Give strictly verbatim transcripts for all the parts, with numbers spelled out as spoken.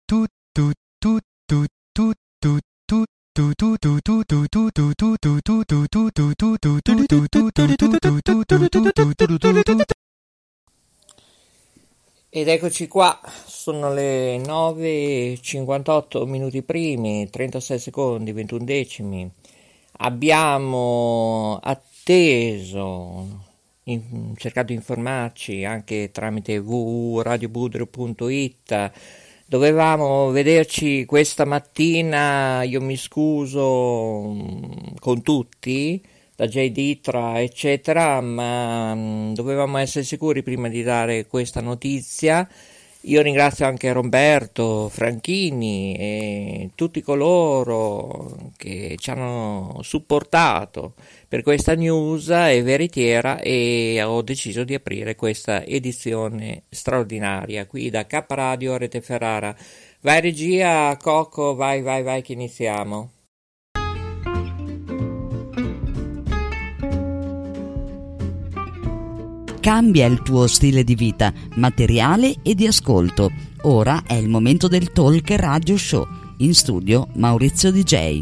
Ed eccoci qua, sono le nove e cinquantotto minuti primi, trentasei secondi, ventuno decimi. Abbiamo atteso, in, cercato di informarci anche tramite w w w punto radio budrio punto i t. Dovevamo vederci questa mattina, io mi scuso con tutti, da J D Tra eccetera, ma mh, dovevamo essere sicuri prima di dare questa notizia. Io ringrazio anche Roberto Franchini e tutti coloro che ci hanno supportato per questa news, è veritiera, e ho deciso di aprire questa edizione straordinaria qui da K Radio Rete Ferrara. Vai regia, Coco, vai vai vai che iniziamo. Cambia il tuo stile di vita, materiale e di ascolto. Ora è il momento del Talk Radio Show. In studio Maurizio D J.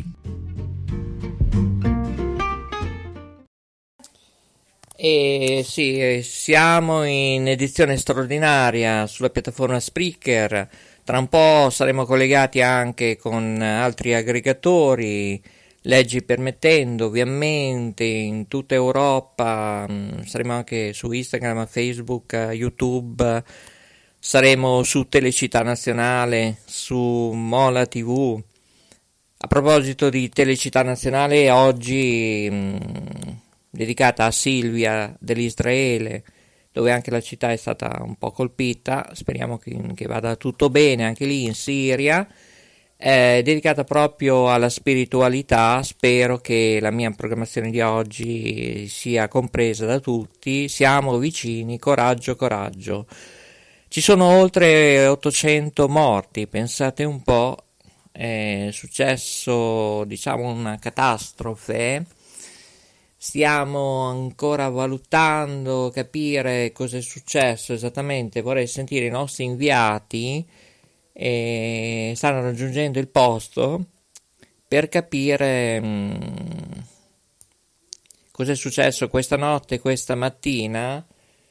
E sì, siamo in edizione straordinaria sulla piattaforma Spreaker. Tra un po' saremo collegati anche con altri aggregatori, leggi permettendo, ovviamente in tutta Europa. Saremo anche su Instagram, Facebook, YouTube, saremo su Telecittà Nazionale, su Mola tivù. A proposito di Telecittà Nazionale, oggi mh, dedicata a Silvia dell'Israele, dove anche la città è stata un po' colpita, speriamo che, che vada tutto bene anche lì in Siria. È dedicata proprio alla spiritualità. Spero che la mia programmazione di oggi sia compresa da tutti. Siamo vicini, coraggio, coraggio. Ci sono oltre ottocento morti, pensate un po', è successo, diciamo, una catastrofe. Stiamo ancora valutando, capire cosa è successo esattamente. Vorrei sentire i nostri inviati, e stanno raggiungendo il posto per capire mh, cosa è successo questa notte, questa mattina,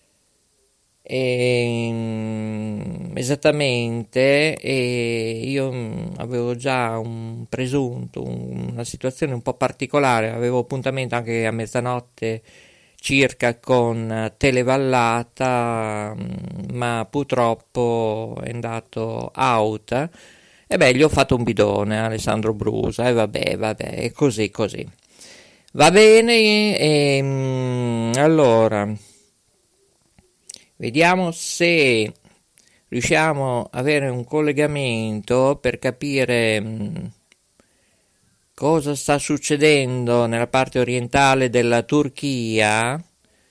e, mh, esattamente. E io mh, avevo già un presunto, un, una situazione un po' particolare, avevo appuntamento anche a mezzanotte circa con Televallata, ma purtroppo è andato out. E beh, gli ho fatto un bidone a Alessandro Brusa, e vabbè, vabbè, è così, così. Va bene, e, mh, allora, vediamo se riusciamo ad avere un collegamento per capire mh, cosa sta succedendo nella parte orientale della Turchia.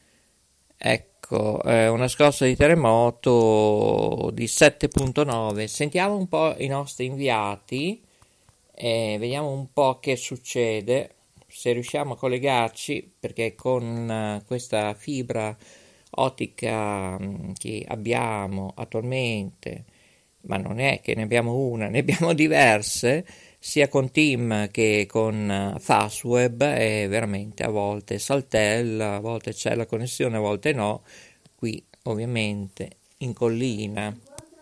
Ecco, eh, una scossa di terremoto di sette virgola nove. Sentiamo un po' i nostri inviati e vediamo un po' che succede, se riusciamo a collegarci, perché con uh, questa fibra ottica um, che abbiamo attualmente, ma non è che ne abbiamo una, ne abbiamo diverse, sia con Team che con Fastweb, e veramente a volte saltella, a volte c'è la connessione, a volte no. Qui ovviamente in collina,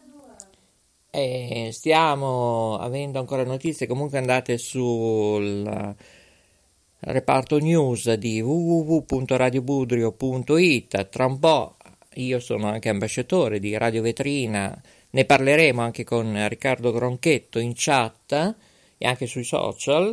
e stiamo avendo ancora notizie. Comunque andate sul reparto news di w w w punto radio budrio punto i t. Tra un po' io sono anche ambasciatore di Radio Vetrina, ne parleremo anche con Riccardo Gronchetto in chat e anche sui social.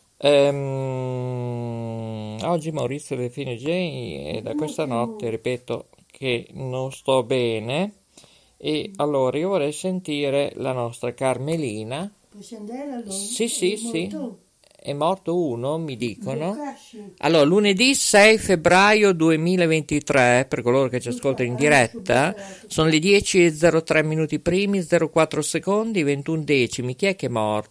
Ehm, oggi Maurizio Delfino J, e da questa notte ripeto che non sto bene, e allora io vorrei sentire la nostra Carmelina. Puoi andare allora? Sì, sì, sì. Molto. È morto uno, mi dicono. Allora, lunedì sei febbraio duemilaventitré, per coloro che ci ascoltano in diretta, sono le dieci e zero tre minuti primi, zero quattro secondi, ventuno decimi. Chi è che è morto?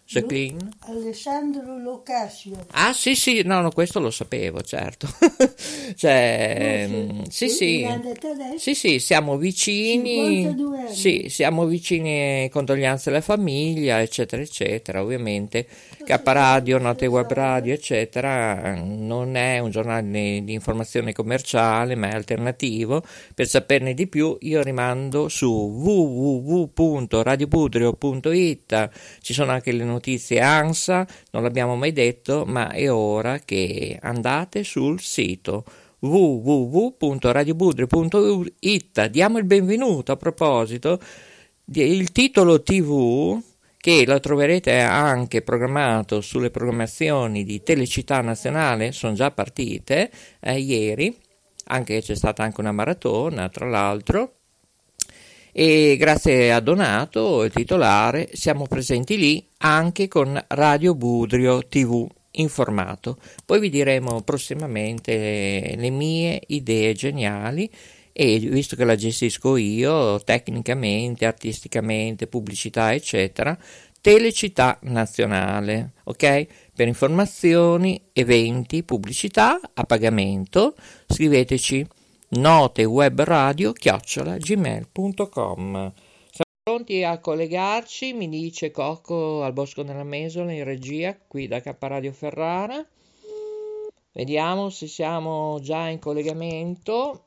Jacqueline? Alessandro Locasio. Ah sì sì, no, no, questo lo sapevo, certo. Cioè, No, sì sì, sì, grande adesso. sì sì, siamo vicini, cinquantadue anni. sì, siamo vicini, condoglianze alla famiglia, eccetera, eccetera. Ovviamente K Radio, Notte Web Radio, eccetera, non è un giornale di informazione commerciale, ma è alternativo. Per saperne di più io rimando su w w w punto radio budrio punto it. Ci sono anche le notizie ANSA, non l'abbiamo mai detto, ma è ora che andate sul sito w w w punto radio budrio punto it. Diamo il benvenuto a proposito del titolo tivù, che lo troverete anche programmato sulle programmazioni di Telecittà Nazionale, sono già partite eh, ieri, anche c'è stata anche una maratona tra l'altro, e grazie a Donato, il titolare, siamo presenti lì anche con Radio Budrio tivù informato. Poi vi diremo prossimamente le mie idee geniali, e visto che la gestisco io tecnicamente, artisticamente, pubblicità eccetera, Telecittà Nazionale, ok? Per informazioni, eventi, pubblicità a pagamento scriveteci notewebradio chiocciola gmail punto com. Siamo pronti a collegarci, mi dice Cocco al Bosco della Mesola in regia qui da K Radio Ferrara. Vediamo se siamo già in collegamento.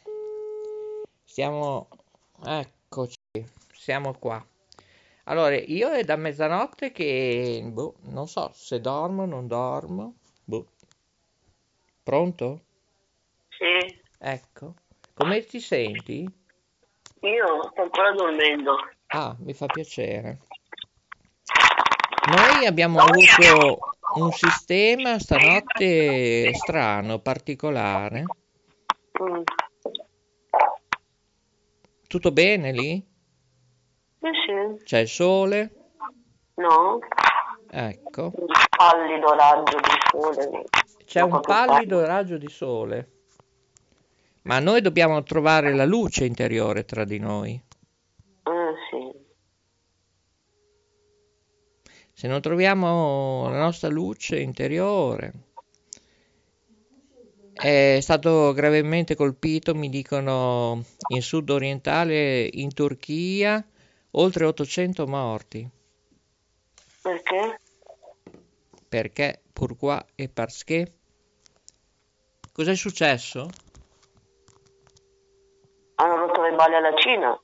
Siamo, eccoci, siamo qua. Allora, io è da mezzanotte che, boh, non so se dormo o non dormo. Boh. Pronto? Sì, Ecco. Come ti senti? io sto ancora dormendo. Ah, mi fa piacere. Noi abbiamo avuto un sistema stanotte strano, particolare. Mm. Tutto bene lì? Sì, sì. C'è il sole? No? Ecco. Un pallido raggio di sole. C'è Non un proprio pallido raggio di sole. Ma noi dobbiamo trovare la luce interiore tra di noi. Eh, sì. Se non troviamo la nostra luce interiore, è stato gravemente colpito, mi dicono, in sud orientale, in Turchia, oltre ottocento morti. Perché? Perché? Pourquoi e parce? Cos'è successo? Hanno rotto le balle alla Cina.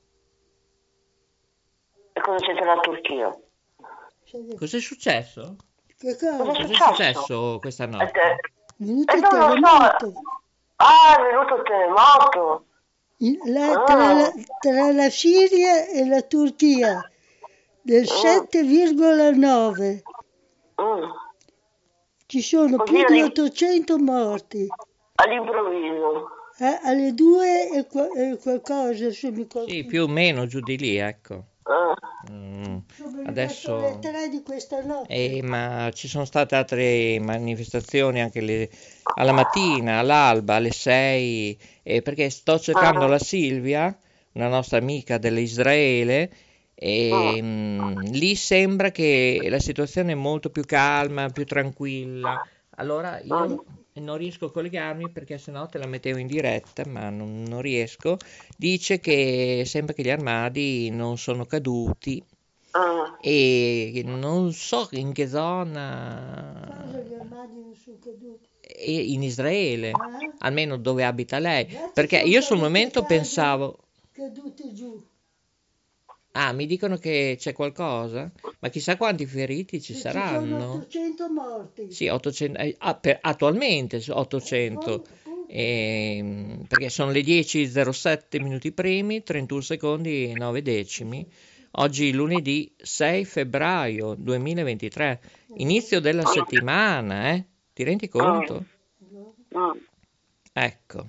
E cosa c'entra la Turchia? Cos'è successo? Che cosa? Cosa Cos'è successo? successo questa Eh, notte? te- Venuto eh, il non lo terremoto. so. Ah, è venuto il terremoto. In- la- Ah. tra, la, tra la Siria e la Turchia del sette virgola nove Mm. ci sono Così più di lì- ottocento morti. All'improvviso. Eh, alle due e, qua- e qualcosa sono i colpi. Sì, più o meno giù di lì, ecco. Ah. Mm, Sono arrivato Adesso... alle tre di questa notte. Eh, ma ci sono state altre manifestazioni anche le- alla mattina, all'alba, alle sei, eh, perché sto cercando Ah. la Silvia, una nostra amica dell'Israele, e mm, lì sembra che la situazione è molto più calma, più tranquilla. Allora io non riesco a collegarmi perché sennò te la mettevo in diretta, ma non, non riesco. Dice che sembra che gli armadi non sono caduti. Ah. E non so in che Cosa zona, gli armadi non sono caduti? e in Israele, Ah? almeno dove abita lei, Guarda, perché sono io sul cadute momento case pensavo, Cadute giù. ah, mi dicono che c'è qualcosa, ma chissà quanti feriti ci Ci sono saranno. ottocento morti. Sì, ottocento, eh, ah, per- attualmente su ottocento, Appunto, appunto. ehm, perché sono le dieci e zero sette minuti primi, trentuno secondi e nove decimi. Oggi lunedì sei febbraio duemilaventitré, inizio della settimana, eh? Ti rendi conto? Mm. Ecco.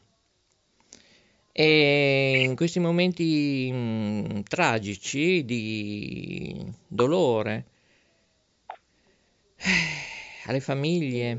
E in questi momenti mh, tragici di dolore, eh, alle famiglie,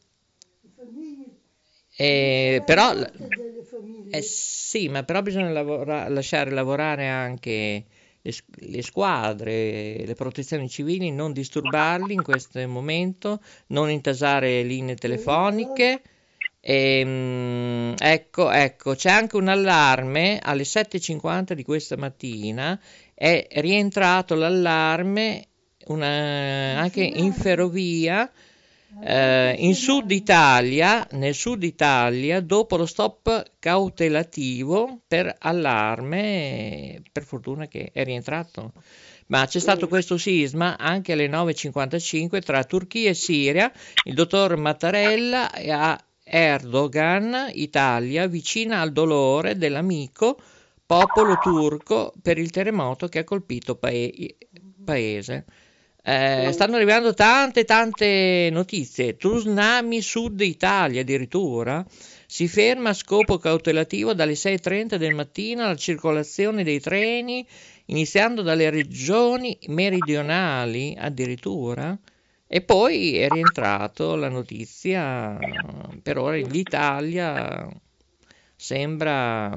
eh, però, Delle famiglie. eh sì, ma però bisogna lavora- lasciare lavorare anche le, le squadre, le protezioni civili, non disturbarli in questo momento, non intasare linee telefoniche. E, mm, ecco, ecco, c'è anche un allarme alle sette e cinquanta di questa mattina, è rientrato l'allarme una, anche in ferrovia, eh, in Sud Italia, nel Sud Italia, dopo lo stop cautelativo per allarme, per fortuna che è rientrato. Ma c'è stato questo sisma anche alle nove e cinquantacinque tra Turchia e Siria. Il dottor Mattarella ha Erdogan, Italia, vicina al dolore dell'amico popolo turco per il terremoto che ha colpito pae- paese. Eh, stanno arrivando tante tante notizie. Tsunami Sud Italia addirittura. Si ferma a scopo cautelativo dalle sei e trenta del mattino la circolazione dei treni, iniziando dalle regioni meridionali addirittura. E poi è rientrato la notizia, per ora l'Italia sembra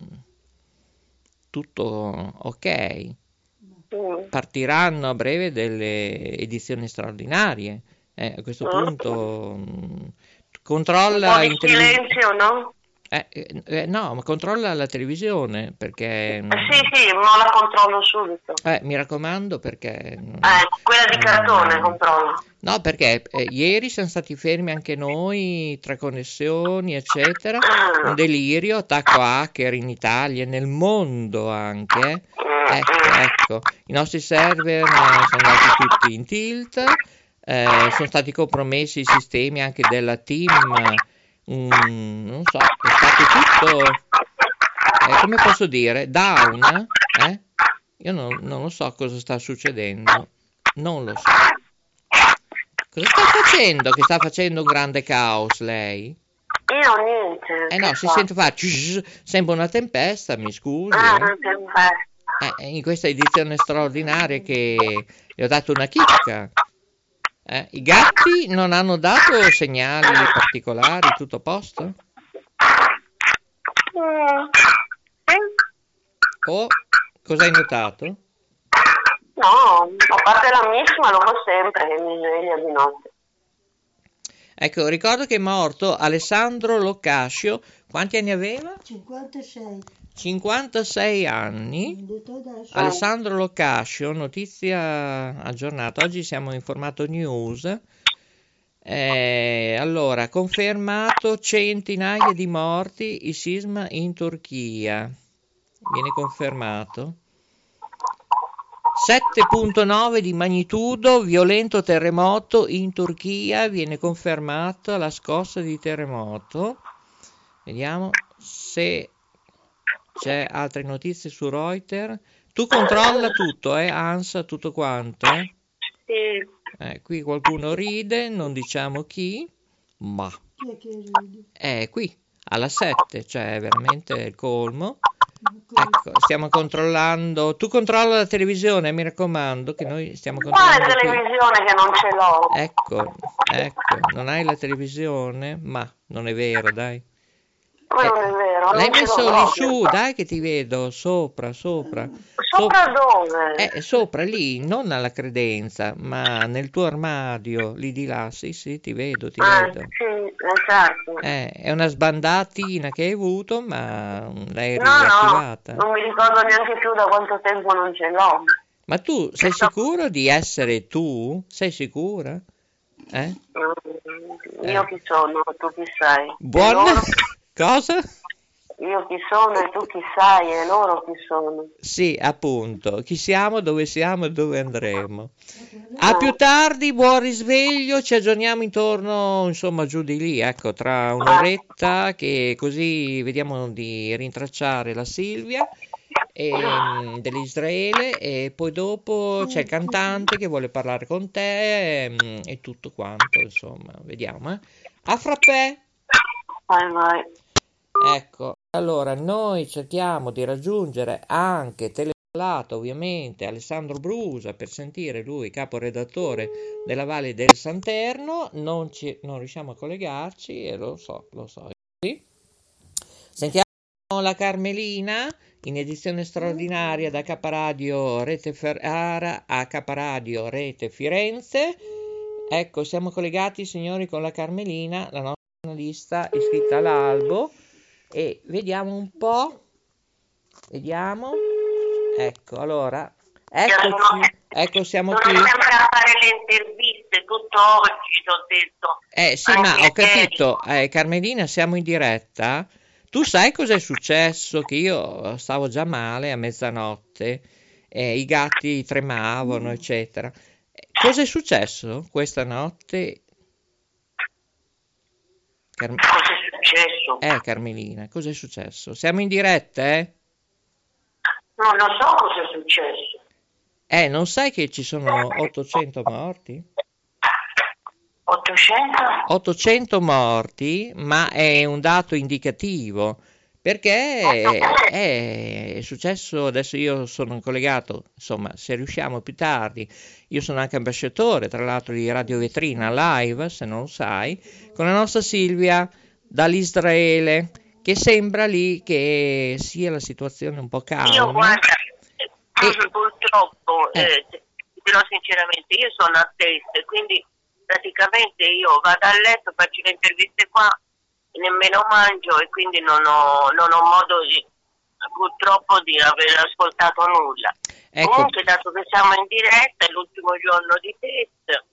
tutto ok. Partiranno a breve delle edizioni straordinarie. Eh, a questo punto mh, controlla in tele- silenzio, no? Eh, eh, no, ma controlla la televisione perché... Eh, sì, sì, ma la controllo subito. Eh, mi raccomando perché... non- Eh, quella di cartone controllo. No, perché eh, ieri siamo stati fermi anche noi tra connessioni, eccetera. Un delirio, attacco hacker in Italia e nel mondo anche. Ecco, ecco. I nostri server eh, sono andati tutti in tilt, eh, sono stati compromessi i sistemi anche della team. Mm, non so, è stato tutto, eh, come posso dire, down, eh? Io non, non lo so cosa sta succedendo, non lo so. Cosa sta facendo? Che sta facendo un grande caos lei? Io niente. Eh no, si sente fare, sembra una tempesta, mi scusi. Ah, eh. una tempesta. Eh, in questa edizione straordinaria che le ho dato una chicca. Eh, I gatti non hanno dato segnali particolari, tutto a posto? Oh, cosa hai notato? No, a parte la miss, ma lo fa sempre che mi sveglia di notte. Ecco, ricordo che è morto Alessandro Locascio. Quanti anni aveva? cinquantasei. cinquantasei anni. Detto adesso. Alessandro Locascio, notizia aggiornata. Oggi siamo in formato news. Eh, allora, confermato centinaia di morti, il sisma in Turchia. Viene confermato. sette virgola nove di magnitudo, violento terremoto in Turchia, viene confermata la scossa di terremoto. Vediamo se c'è altre notizie su Reuters. Tu controlla tutto, eh, ANSA, tutto quanto, eh? Sì. Eh, qui qualcuno ride, non diciamo chi, ma Chi è che ride? è qui, alla sette, cioè veramente il colmo. Ecco, stiamo controllando. Tu controlla la televisione, mi raccomando, che noi stiamo controllando. Quale qui. televisione che non ce l'ho? Ecco, ecco, non hai la televisione? Ma non è vero, dai. Ma Eh, non è vero. L'hai non ce messo l'ho lì proprio. su, dai che ti vedo, sopra, sopra. Sopra dove? Eh, sopra lì, non alla credenza, ma nel tuo armadio, lì di là. Sì, sì, ti vedo, ti Ah, vedo. sì, esatto. Eh, è una sbandatina che hai avuto, ma l'hai No, no, riattivata. non mi ricordo neanche più da quanto tempo non ce l'ho. Ma tu sei sicuro di essere tu? Sei sicura? Eh? Mm, Io Eh. chi sono, tu chi sei? Buon... E loro- Cosa? Io chi sono e tu chi sai e loro chi sono. Sì, appunto. Chi siamo, dove siamo e dove andremo. A più tardi, buon risveglio, ci aggiorniamo intorno, insomma, giù di lì, ecco, tra un'oretta, che così vediamo di rintracciare la Silvia e, mm, dell'Israele, e poi dopo c'è il cantante che vuole parlare con te mm, e tutto quanto, insomma, vediamo, eh. A frappè! Vai, vai. Ecco, allora noi cerchiamo di raggiungere anche telefonato ovviamente Alessandro Brusa per sentire lui, caporedattore della Valle del Santerno. Non, ci, non riusciamo a collegarci e lo so, lo so. Sì. Sentiamo la Carmelina in edizione straordinaria da Caparadio Rete Ferrara a Caparadio Rete Firenze. Ecco, siamo collegati, signori, con la Carmelina, la nostra giornalista iscritta all'albo, e vediamo un po', vediamo, ecco, allora, eccoci, ecco, siamo qui. Sono sempre a fare le interviste, tutto oggi, ti ho detto. Eh sì, ma ho capito, eh, Carmelina, siamo in diretta. Tu sai cosa è successo? Che io stavo già male a mezzanotte, eh, i gatti tremavano, eccetera. Cosa è successo questa notte? Car- Cosa è successo? Eh, Carmelina, cosa è successo? Siamo in diretta, eh? Non lo so cosa è successo. Eh, non sai che ci sono ottocento morti? ottocento? ottocento morti, ma è un dato indicativo, perché è, è successo, adesso io sono collegato, insomma, se riusciamo più tardi, io sono anche ambasciatore, tra l'altro, di Radio Vetrina Live, se non lo sai, con la nostra Silvia dall'Israele, che sembra lì che sia la situazione un po' calma. Io guarda, E- purtroppo, Eh. eh, ti dirò sinceramente, io sono a test, quindi praticamente io vado a letto, faccio le interviste qua, nemmeno mangio e quindi non ho, non ho modo di, purtroppo, di aver ascoltato nulla. Ecco, Comunque, dato che siamo in diretta, è l'ultimo giorno di test.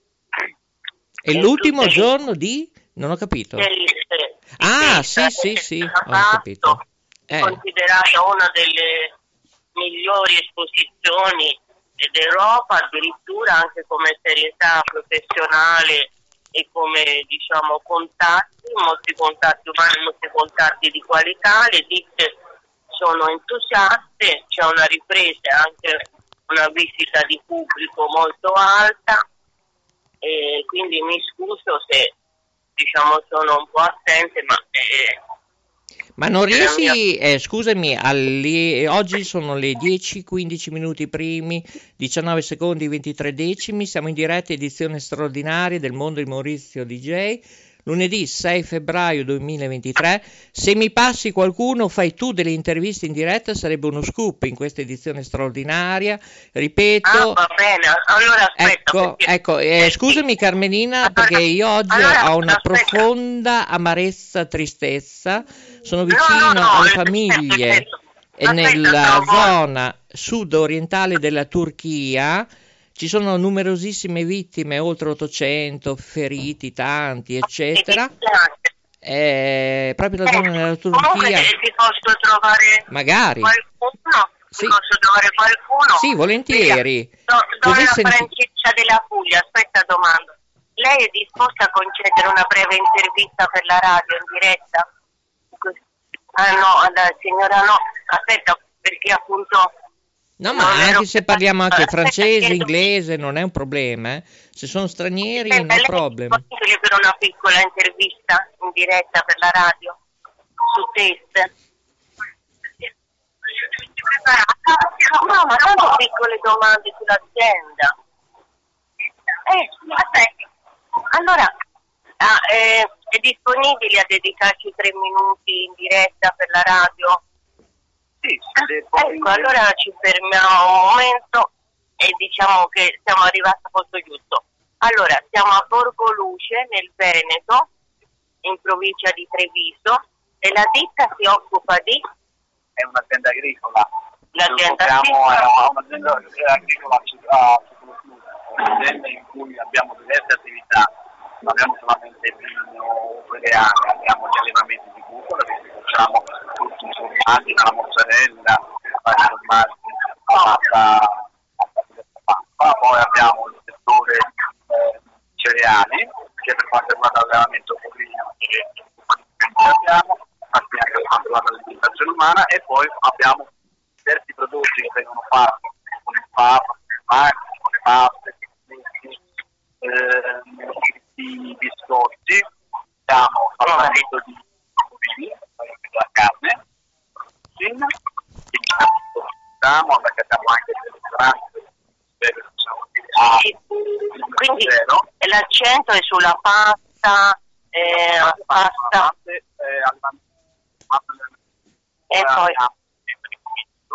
è l'ultimo giorno di... non ho capito. Ah, sì, sì, sì, ho capito. Eh. Considerata una delle migliori esposizioni d'Europa, addirittura anche come serietà professionale e come, diciamo, contatti, molti contatti umani, molti contatti di qualità. Le ditte sono entusiaste, c'è una ripresa, anche una visita di pubblico molto alta, e quindi mi scuso se, diciamo, sono un po' assente, ma eh, Ma non riesci, eh, scusami, alle- oggi sono le dieci, quindici minuti primi, diciannove secondi, ventitré decimi, siamo in diretta, edizione straordinaria del Mondo di Maurizio D J, lunedì sei febbraio duemilaventitré. Se mi passi qualcuno, fai tu delle interviste in diretta, sarebbe uno scoop in questa edizione straordinaria, ripeto. ah, va bene, allora aspetta. Ecco, perché- ecco, eh, scusami Carmelina, Allora- perché io oggi allora, ho una aspetta. profonda amarezza, tristezza, sono No, vicino no, no, alle aspetta, famiglie aspetta. e Aspetta, nella trovo- zona sud-orientale della Turchia ci sono numerosissime vittime, oltre ottocento, feriti tanti, eccetera. Mi dispiace. Eh, proprio la zona della Eh, comunque Turchia, eh, ti posso trovare magari. qualcuno? Sì. Ti posso trovare qualcuno? Sì, volentieri. Via. Do, do Così la senti- Francesca della Puglia, aspetta, domanda. Lei è disposta a concedere una breve intervista per la radio in diretta? Ah no, alla signora no, aspetta, perché appunto... No, ma non ero- anche se parliamo anche Aspetta, francese, chiedo- inglese, non è un problema, eh. Se sono stranieri, Senta, no lei è problem. disponibile per una piccola intervista in diretta per la radio su test? No, ma tanto piccole domande sull'azienda. Eh, aspetta. Allora, ah, eh, è disponibile a dedicarci tre minuti in diretta per la radio? Sì, Ecco, allora ci fermiamo un momento e diciamo che siamo arrivati al posto giusto. Allora, siamo a Borgo Luce, nel Veneto, in provincia di Treviso, e la ditta si occupa di... è un'azienda agricola. L'azienda Siamo agricola? a un'azienda agricola a un'azienda in cui abbiamo diverse attività, non abbiamo solamente il vino cereale, abbiamo gli allevamenti di cupola, che facciamo tutti i formaggi, la mozzarella, vari formaggi, la pasta, la pasta, poi abbiamo il settore eh, cereali, che per quanto riguarda l'allevamento bovino abbiamo, anche per quanto riguarda l'alimentazione umana, e poi abbiamo diversi prodotti che vengono fatti con il papa, con le paste, i biscotti, siamo all'alimento di bovini, la carne, siamo perché siamo anche del ristorante, Quindi l'accento è sulla pasta, eh, pasta, e poi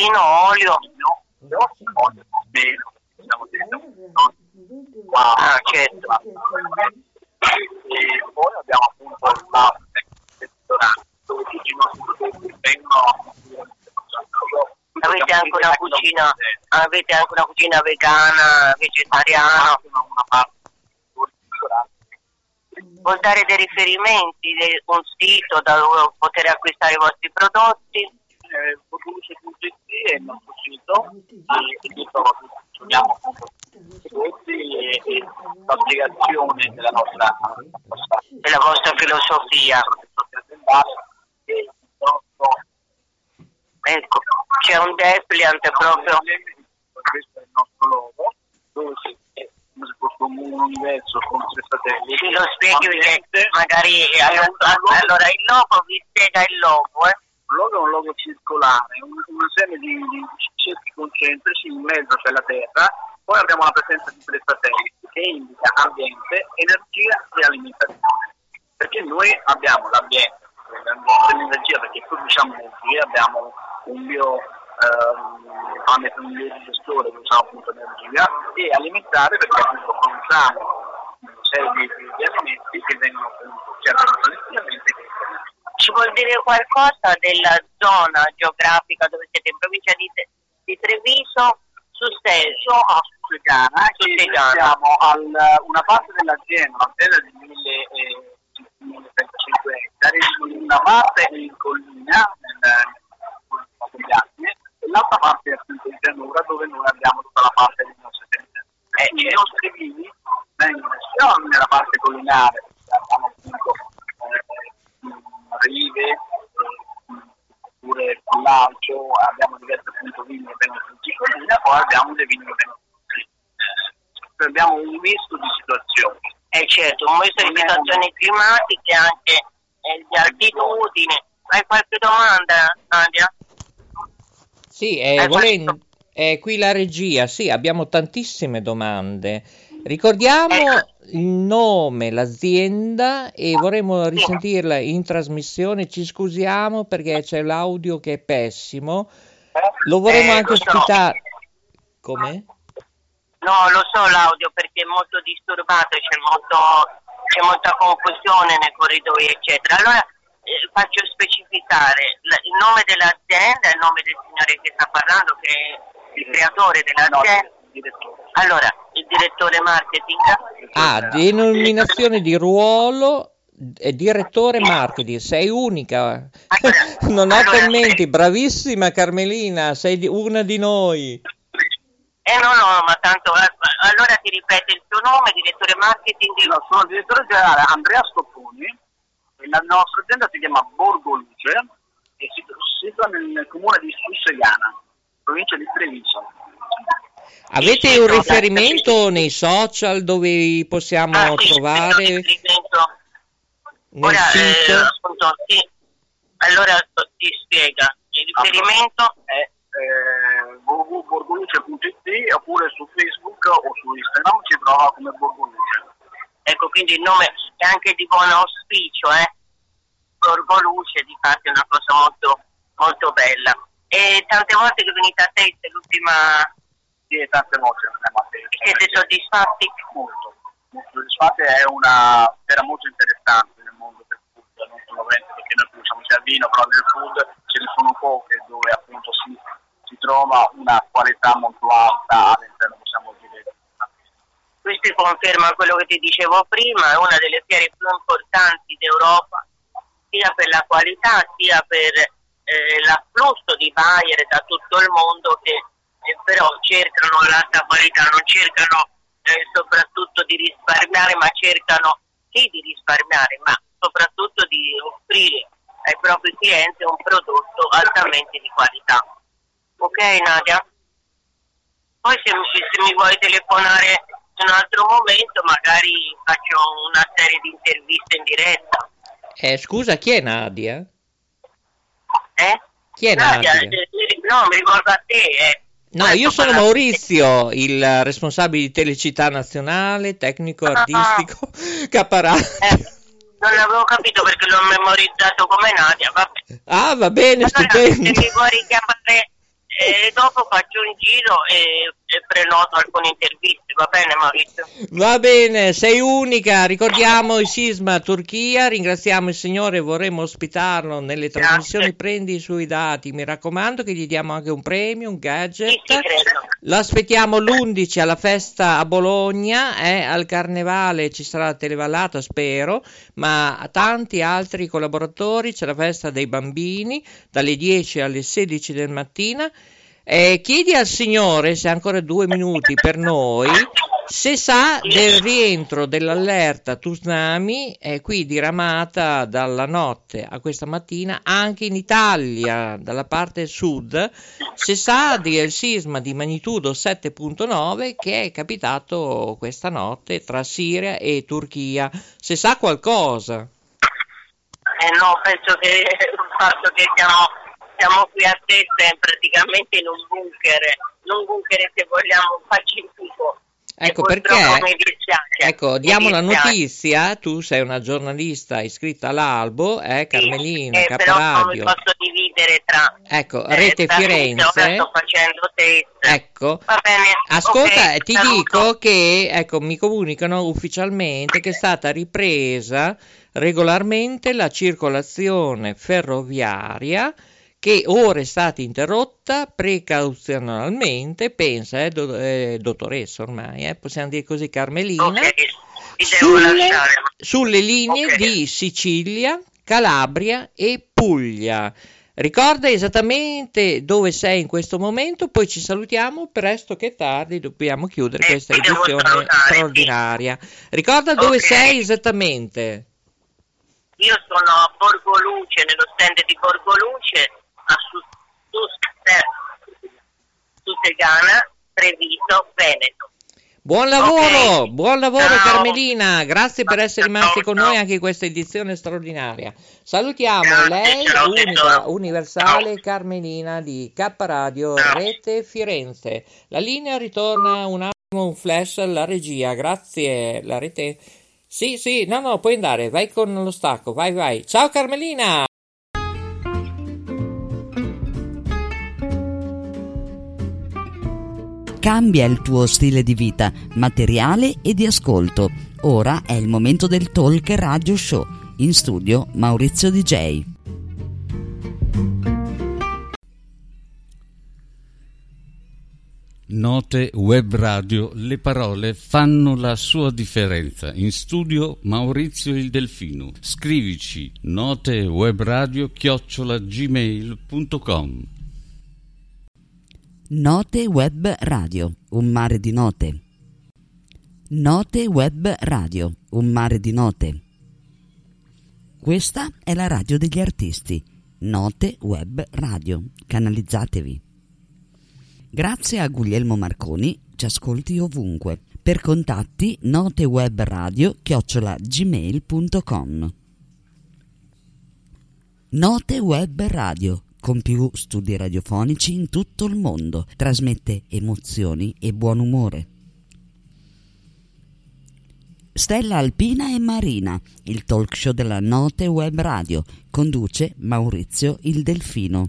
vino, olio. No, olio, meno, diciamo che Ah, certo. E poi abbiamo appunto il bar del ristorante dove tutti i nostri prodotti vengono. Avete anche una cucina, avete anche una cucina vegana, vegetariana. Una parte del ristorante. Vuol dare dei riferimenti, de- un sito da dove poter acquistare i vostri prodotti? Eh, Borgoluce punto it è il nostro sito e qui trova tutto. Abbiamo appunto i prodotti e, e la spiegazione della nostra, Della vostra filosofia. aziendale e il nostro Ecco, c'è un depliant proprio. questo è il nostro logo dove si è come se fosse un universo con tre satelliti. Sì, lo spieghi perché Ambiente. magari allora il logo vi spiega il logo, eh? Il logo è un logo circolare, un- una serie di, di cerchi concentrici, in mezzo c'è la Terra, poi abbiamo la presenza di tre satelliti che indica ambiente, energia e alimentazione. Perché noi abbiamo l'ambiente, l'energia, perché produciamo energia, abbiamo un bio ehm, tramite un biodigestore che usiamo appunto energia, e alimentare perché appunto produciamo una serie di, di alimenti che vengono appunto sia tradizionalmente che Ci vuol dire qualcosa della zona geografica dove siete, in provincia di, di Treviso, su Stesso, a Susegana, Su che Susegana. siamo al, una parte dell'azienda, un'azienda di milletrentacinque ettari, una parte è in collina, nel, negli anni, e l'altra parte è appunto in pianura dove noi abbiamo tutta la parte dei nostri territori. E i nostri vini vengono sia nella parte collinare, abbiamo appunto eh, rive, eh, oppure Collaccio, abbiamo diversi appunto vini che vengono tutti in collina, poi abbiamo dei vini che vengono tutti, eh, abbiamo un misto di situazioni. eh certo, un misto di situazioni climatiche e anche eh, di altitudine. Hai qualche domanda, Nadia? Sì, eh, Hai volendo, è qui la regia, sì, abbiamo tantissime domande. Ricordiamo Ecco. il nome, l'azienda e vorremmo risentirla in trasmissione. Ci scusiamo perché c'è l'audio che è pessimo. Lo vorremmo Eh, anche lo so. ospitare. Come? No, lo so l'audio perché è molto disturbato, c'è, molto, c'è molta confusione nei corridoi, eccetera. Allora eh, faccio specificare L- il nome dell'azienda, il nome del signore che sta parlando, che è il creatore dell'azienda. Allora, il direttore marketing. Ah, denominazione di ruolo e direttore marketing. Sei unica. Non ho Allora, commenti. Bravissima Carmelina, sei di- una di noi. Eh no, no, ma tanto, eh, allora ti ripeto il tuo nome, direttore marketing. No, sono il direttore generale Andrea Stopponi e la nostra azienda si chiama Borgoluce e si si trova nel comune di Susegana, provincia di Treviso. Avete Sì, un no, riferimento nei social dove possiamo Ah, sì, trovare il riferimento. nel Ora, eh, sito? appunto, sì. Allora ti spiega. Il riferimento È eh, w w w punto borgoluce punto it oppure su Facebook o su Instagram ci trova come Borgoluce. ecco, quindi il nome è anche di buon auspicio, eh? Borgoluce, di fatto è una cosa molto, molto bella. E tante volte che venite a testa, l'ultima, Sì, e tante volte andiamo a te. siete soddisfatti? Molto, molto soddisfatti, è una sfera molto interessante nel mondo del food, non solamente perché noi produciamo sia il vino, però nel food ce ne sono poche dove appunto si, si trova una qualità molto alta all'interno, possiamo dire. Questo conferma quello che ti dicevo prima, è una delle fiere più importanti d'Europa, sia per la qualità, sia per eh, l'afflusso di buyer da tutto il mondo che eh, però cercano l'alta qualità, non cercano eh, soprattutto di risparmiare, ma cercano sì di risparmiare, ma soprattutto di offrire ai propri clienti un prodotto altamente di qualità. Ok Nadia? Poi se, se mi vuoi telefonare in un altro momento magari faccio una serie di interviste in diretta. Eh, scusa, chi è Nadia? Eh? Chi è Nadia, Nadia? eh, no, mi rivolgo a te. Eh. No, Adesso io sono parla- Maurizio, il responsabile di Telecittà Nazionale, tecnico Ah. artistico, Caparà. Eh, non l'avevo capito perché l'ho memorizzato come Nadia. Vabbè. Ah, va bene, Allora, se stupendo. mi vuoi richiamare e dopo faccio un giro e, e prenoto alcune interviste, va bene Maurizio? Va bene, sei unica, ricordiamo il sisma Turchia, ringraziamo il Signore, vorremmo ospitarlo nelle Grazie. trasmissioni, prendi i suoi dati, mi raccomando che gli diamo anche un premio, un gadget. Sì, sì, credo. Lo aspettiamo l'undici alla festa a Bologna, eh, al Carnevale ci sarà la Televallata, spero, ma tanti altri collaboratori, c'è la festa dei bambini dalle dieci alle sedici del mattina. Eh, chiedi al Signore, se ha ancora due minuti per noi, se sa del rientro dell'allerta tsunami eh, qui diramata dalla notte a questa mattina anche in Italia, dalla parte sud, se sa del sisma di magnitudo sette virgola nove che è capitato questa notte tra Siria e Turchia, se sa qualcosa. Eh no, penso che il fatto che siamo, siamo qui a Testa praticamente in un bunker, in un bunker se vogliamo pacifico. Ecco perché, ecco, diamo la notizia, tu sei una giornalista iscritta all'Albo, eh, Carmelina, sì, eh, Caparadio. Però non mi posso dividere tra ecco, eh, Rete tra Firenze. Sto facendo test. Ecco, va bene. ascolta, Okay, ti saluto. dico che, ecco, mi comunicano ufficialmente che è stata ripresa regolarmente la circolazione ferroviaria, che ora è stata interrotta precauzionalmente, pensa, eh, do, eh, dottoressa ormai, eh, possiamo dire così, Carmelina, Okay, ti devo sulle, lasciare. sulle linee Okay. di Sicilia, Calabria e Puglia. Ricorda esattamente dove sei in questo momento, poi ci salutiamo, presto che tardi dobbiamo chiudere Eh, questa ti devo edizione salutare, straordinaria. Ricorda dove Ok. sei esattamente. Io sono a Borgoluce, nello stand di Borgoluce, a su, su, su Tegana, Treviso, Veneto. Buon lavoro, Ok. buon lavoro Ciao. Carmelina, grazie per essere Ciao, rimasti con ciao. noi anche in questa edizione straordinaria. Salutiamo Grazie, lei, ciao, unica, tesoro. universale Ciao. Carmelina di K Radio Ciao. Rete Firenze. La linea ritorna un attimo, un flash alla regia, grazie, la rete... Sì, sì, no, no, puoi andare, vai con lo stacco, vai, vai. Ciao Carmelina! Cambia il tuo stile di vita, materiale e di ascolto. Ora è il momento del Talk Radio Show. In studio Maurizio D J. Note Web Radio, le parole fanno la sua differenza. In studio Maurizio il Delfino. Scrivici notewebradio chiocciola gmail punto com. Note Web Radio, un mare di note. Note Web Radio, un mare di note. Questa è la radio degli artisti. Note Web Radio, canalizzatevi. Grazie a Guglielmo Marconi, ci ascolti ovunque. Per contatti notewebradio chiocciola gmail punto com. Note Web Radio, con più studi radiofonici in tutto il mondo, trasmette emozioni e buon umore. Stella Alpina e Marina, il talk show della Note Web Radio, conduce Maurizio il Delfino.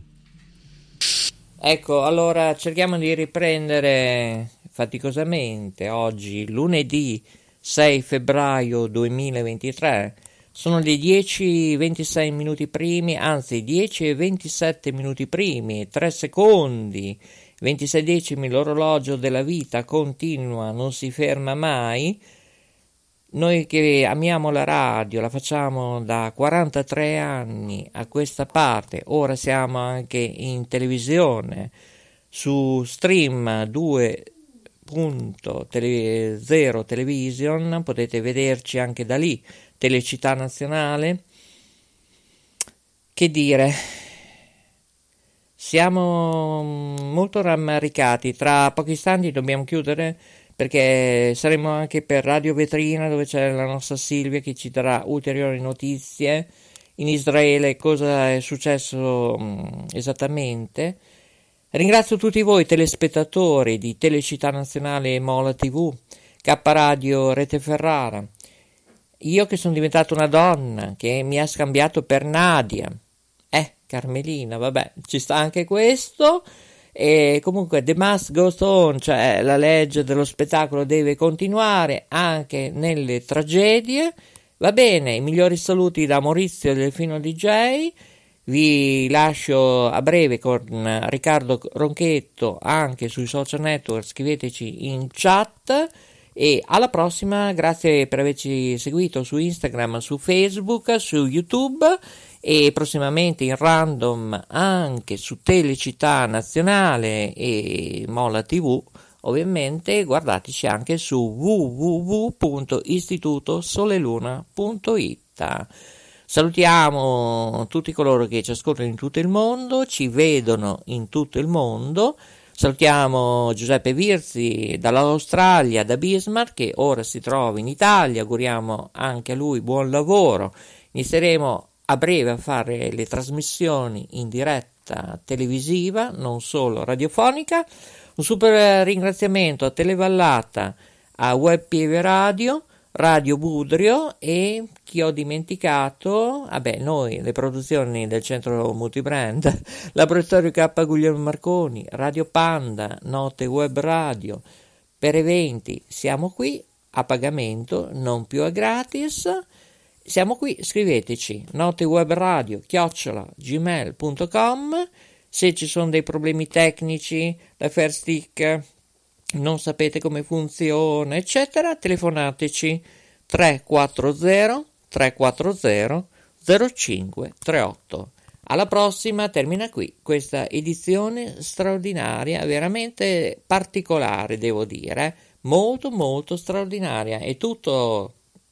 Ecco, allora cerchiamo di riprendere faticosamente oggi, lunedì sei febbraio duemilaventitré. Sono le dieci e ventisei minuti primi, anzi dieci e ventisette minuti primi, tre secondi, ventisei decimi, l'orologio della vita continua, non si ferma mai. Noi che amiamo la radio, la facciamo da quarantatré anni a questa parte, ora siamo anche in televisione, su Stream due punto zero Television, potete vederci anche da lì, Telecittà Nazionale. Che dire, siamo molto rammaricati, tra pochi istanti dobbiamo chiudere, perché saremo anche per Radio Vetrina, dove c'è la nostra Silvia che ci darà ulteriori notizie in Israele, cosa è successo mh, esattamente. Ringrazio tutti voi telespettatori di Telecittà Nazionale e Mola tivù, K Radio Rete Ferrara. Io che sono diventata una donna, che mi ha scambiato per Nadia. Eh, Carmelina, vabbè, ci sta anche questo. E comunque the must goes on, cioè la legge dello spettacolo deve continuare anche nelle tragedie. Va bene, i migliori saluti da Maurizio Delfino D J. Vi lascio a breve con Riccardo Ronchetto anche sui social network, scriveteci in chat e alla prossima. Grazie per averci seguito su Instagram, su Facebook, su YouTube e prossimamente in random anche su Telecittà Nazionale e Mola tivù. Ovviamente guardateci anche su w w w punto istituto soleluna punto i t. Salutiamo tutti coloro che ci ascoltano in tutto il mondo, ci vedono in tutto il mondo. Salutiamo Giuseppe Virzi dall'Australia, da Bismarck, che ora si trova in Italia. Auguriamo anche a lui buon lavoro. Inizieremo a breve a fare le trasmissioni in diretta televisiva, non solo radiofonica. Un super ringraziamento a Televallata, a Web Pieve Radio, Radio Budrio e chi ho dimenticato, vabbè noi, le produzioni del Centro Multibrand, Laboratorio K Guglielmo Marconi, Radio Panda, Note Web Radio. Per eventi siamo qui a pagamento, non più a gratis. Siamo qui, scriveteci notewebradio chiocciola gmail punto com. Se ci sono dei problemi tecnici, la Fire Stick non sapete come funziona, eccetera, telefonateci tre quattro zero tre quattro zero zero cinque tre otto. Alla prossima, termina qui questa edizione straordinaria, veramente particolare, devo dire, molto molto straordinaria. È tutto...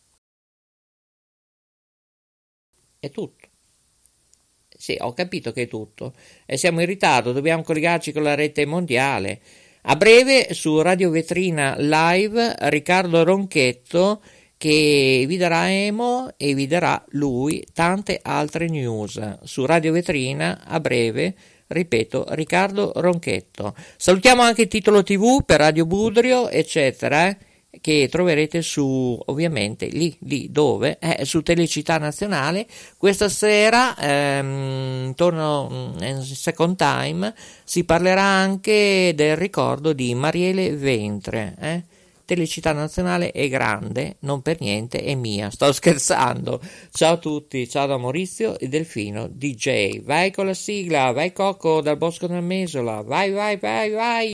È tutto. Sì, ho capito che è tutto. E siamo in ritardo, dobbiamo collegarci con la rete mondiale. A breve su Radio Vetrina Live Riccardo Ronchetto che vi darà emo e vi darà lui tante altre news. Su Radio Vetrina a breve, ripeto, Riccardo Ronchetto. Salutiamo anche il Titolo tivù per Radio Budrio, eccetera, eh? Che troverete su, ovviamente, lì, lì dove? Eh, su Telecittà Nazionale. Questa sera, ehm, intorno in second time, si parlerà anche del ricordo di Marielle Ventre. Eh? Telecittà Nazionale è grande, non per niente è mia, sto scherzando. Ciao a tutti, ciao da Maurizio e Delfino D J. Vai con la sigla, vai Cocco dal Bosco del Mesola, vai, vai, vai, vai.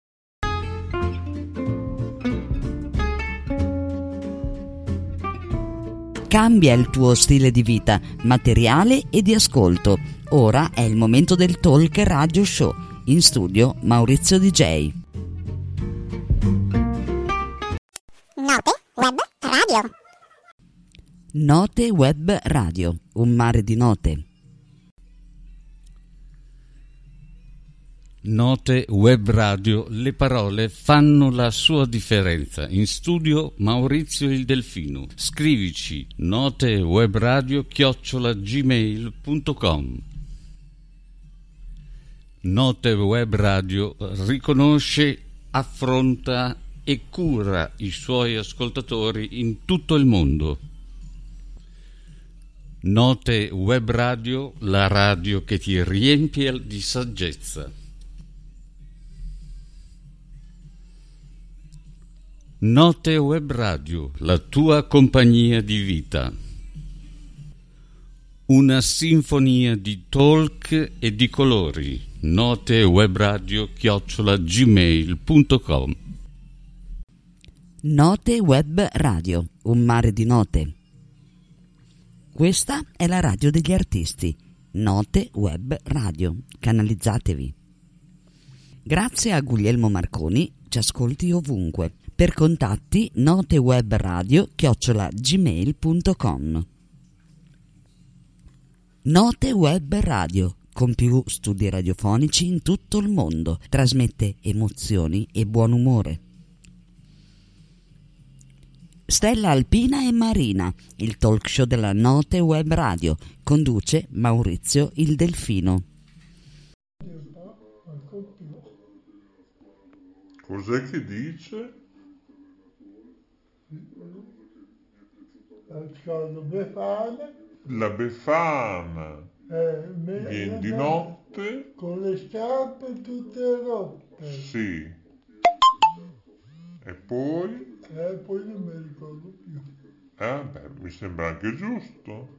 Cambia il tuo stile di vita, materiale e di ascolto. Ora è il momento del Talk Radio Show. In studio Maurizio D J. Note Web Radio. Note Web Radio, un mare di note. Note Web Radio, le parole fanno la sua differenza. In studio Maurizio il Delfino. Scrivici notewebradio chiocciola gmail punto com. Note Web Radio riconosce, affronta e cura i suoi ascoltatori in tutto il mondo. Note Web Radio, la radio che ti riempie di saggezza. Note Web Radio, la tua compagnia di vita. Una sinfonia di talk e di colori. Notewebradio chiocciola gmail punto com. Note Web Radio, un mare di note. Questa è la radio degli artisti. Note Web Radio, canalizzatevi. Grazie a Guglielmo Marconi, ci ascolti ovunque. Per contatti notewebradio chiocciola gmail punto com. Note Web Radio, con più studi radiofonici in tutto il mondo, trasmette emozioni e buon umore. Stella Alpina e Marina, il talk show della Note Web Radio, conduce Maurizio il Delfino. Cos'è che dice? La Befana. Eh, Viene di notte con le scarpe tutte rotte. Sì. E poi? E poi non mi ricordo più. Eh beh, mi sembra anche giusto.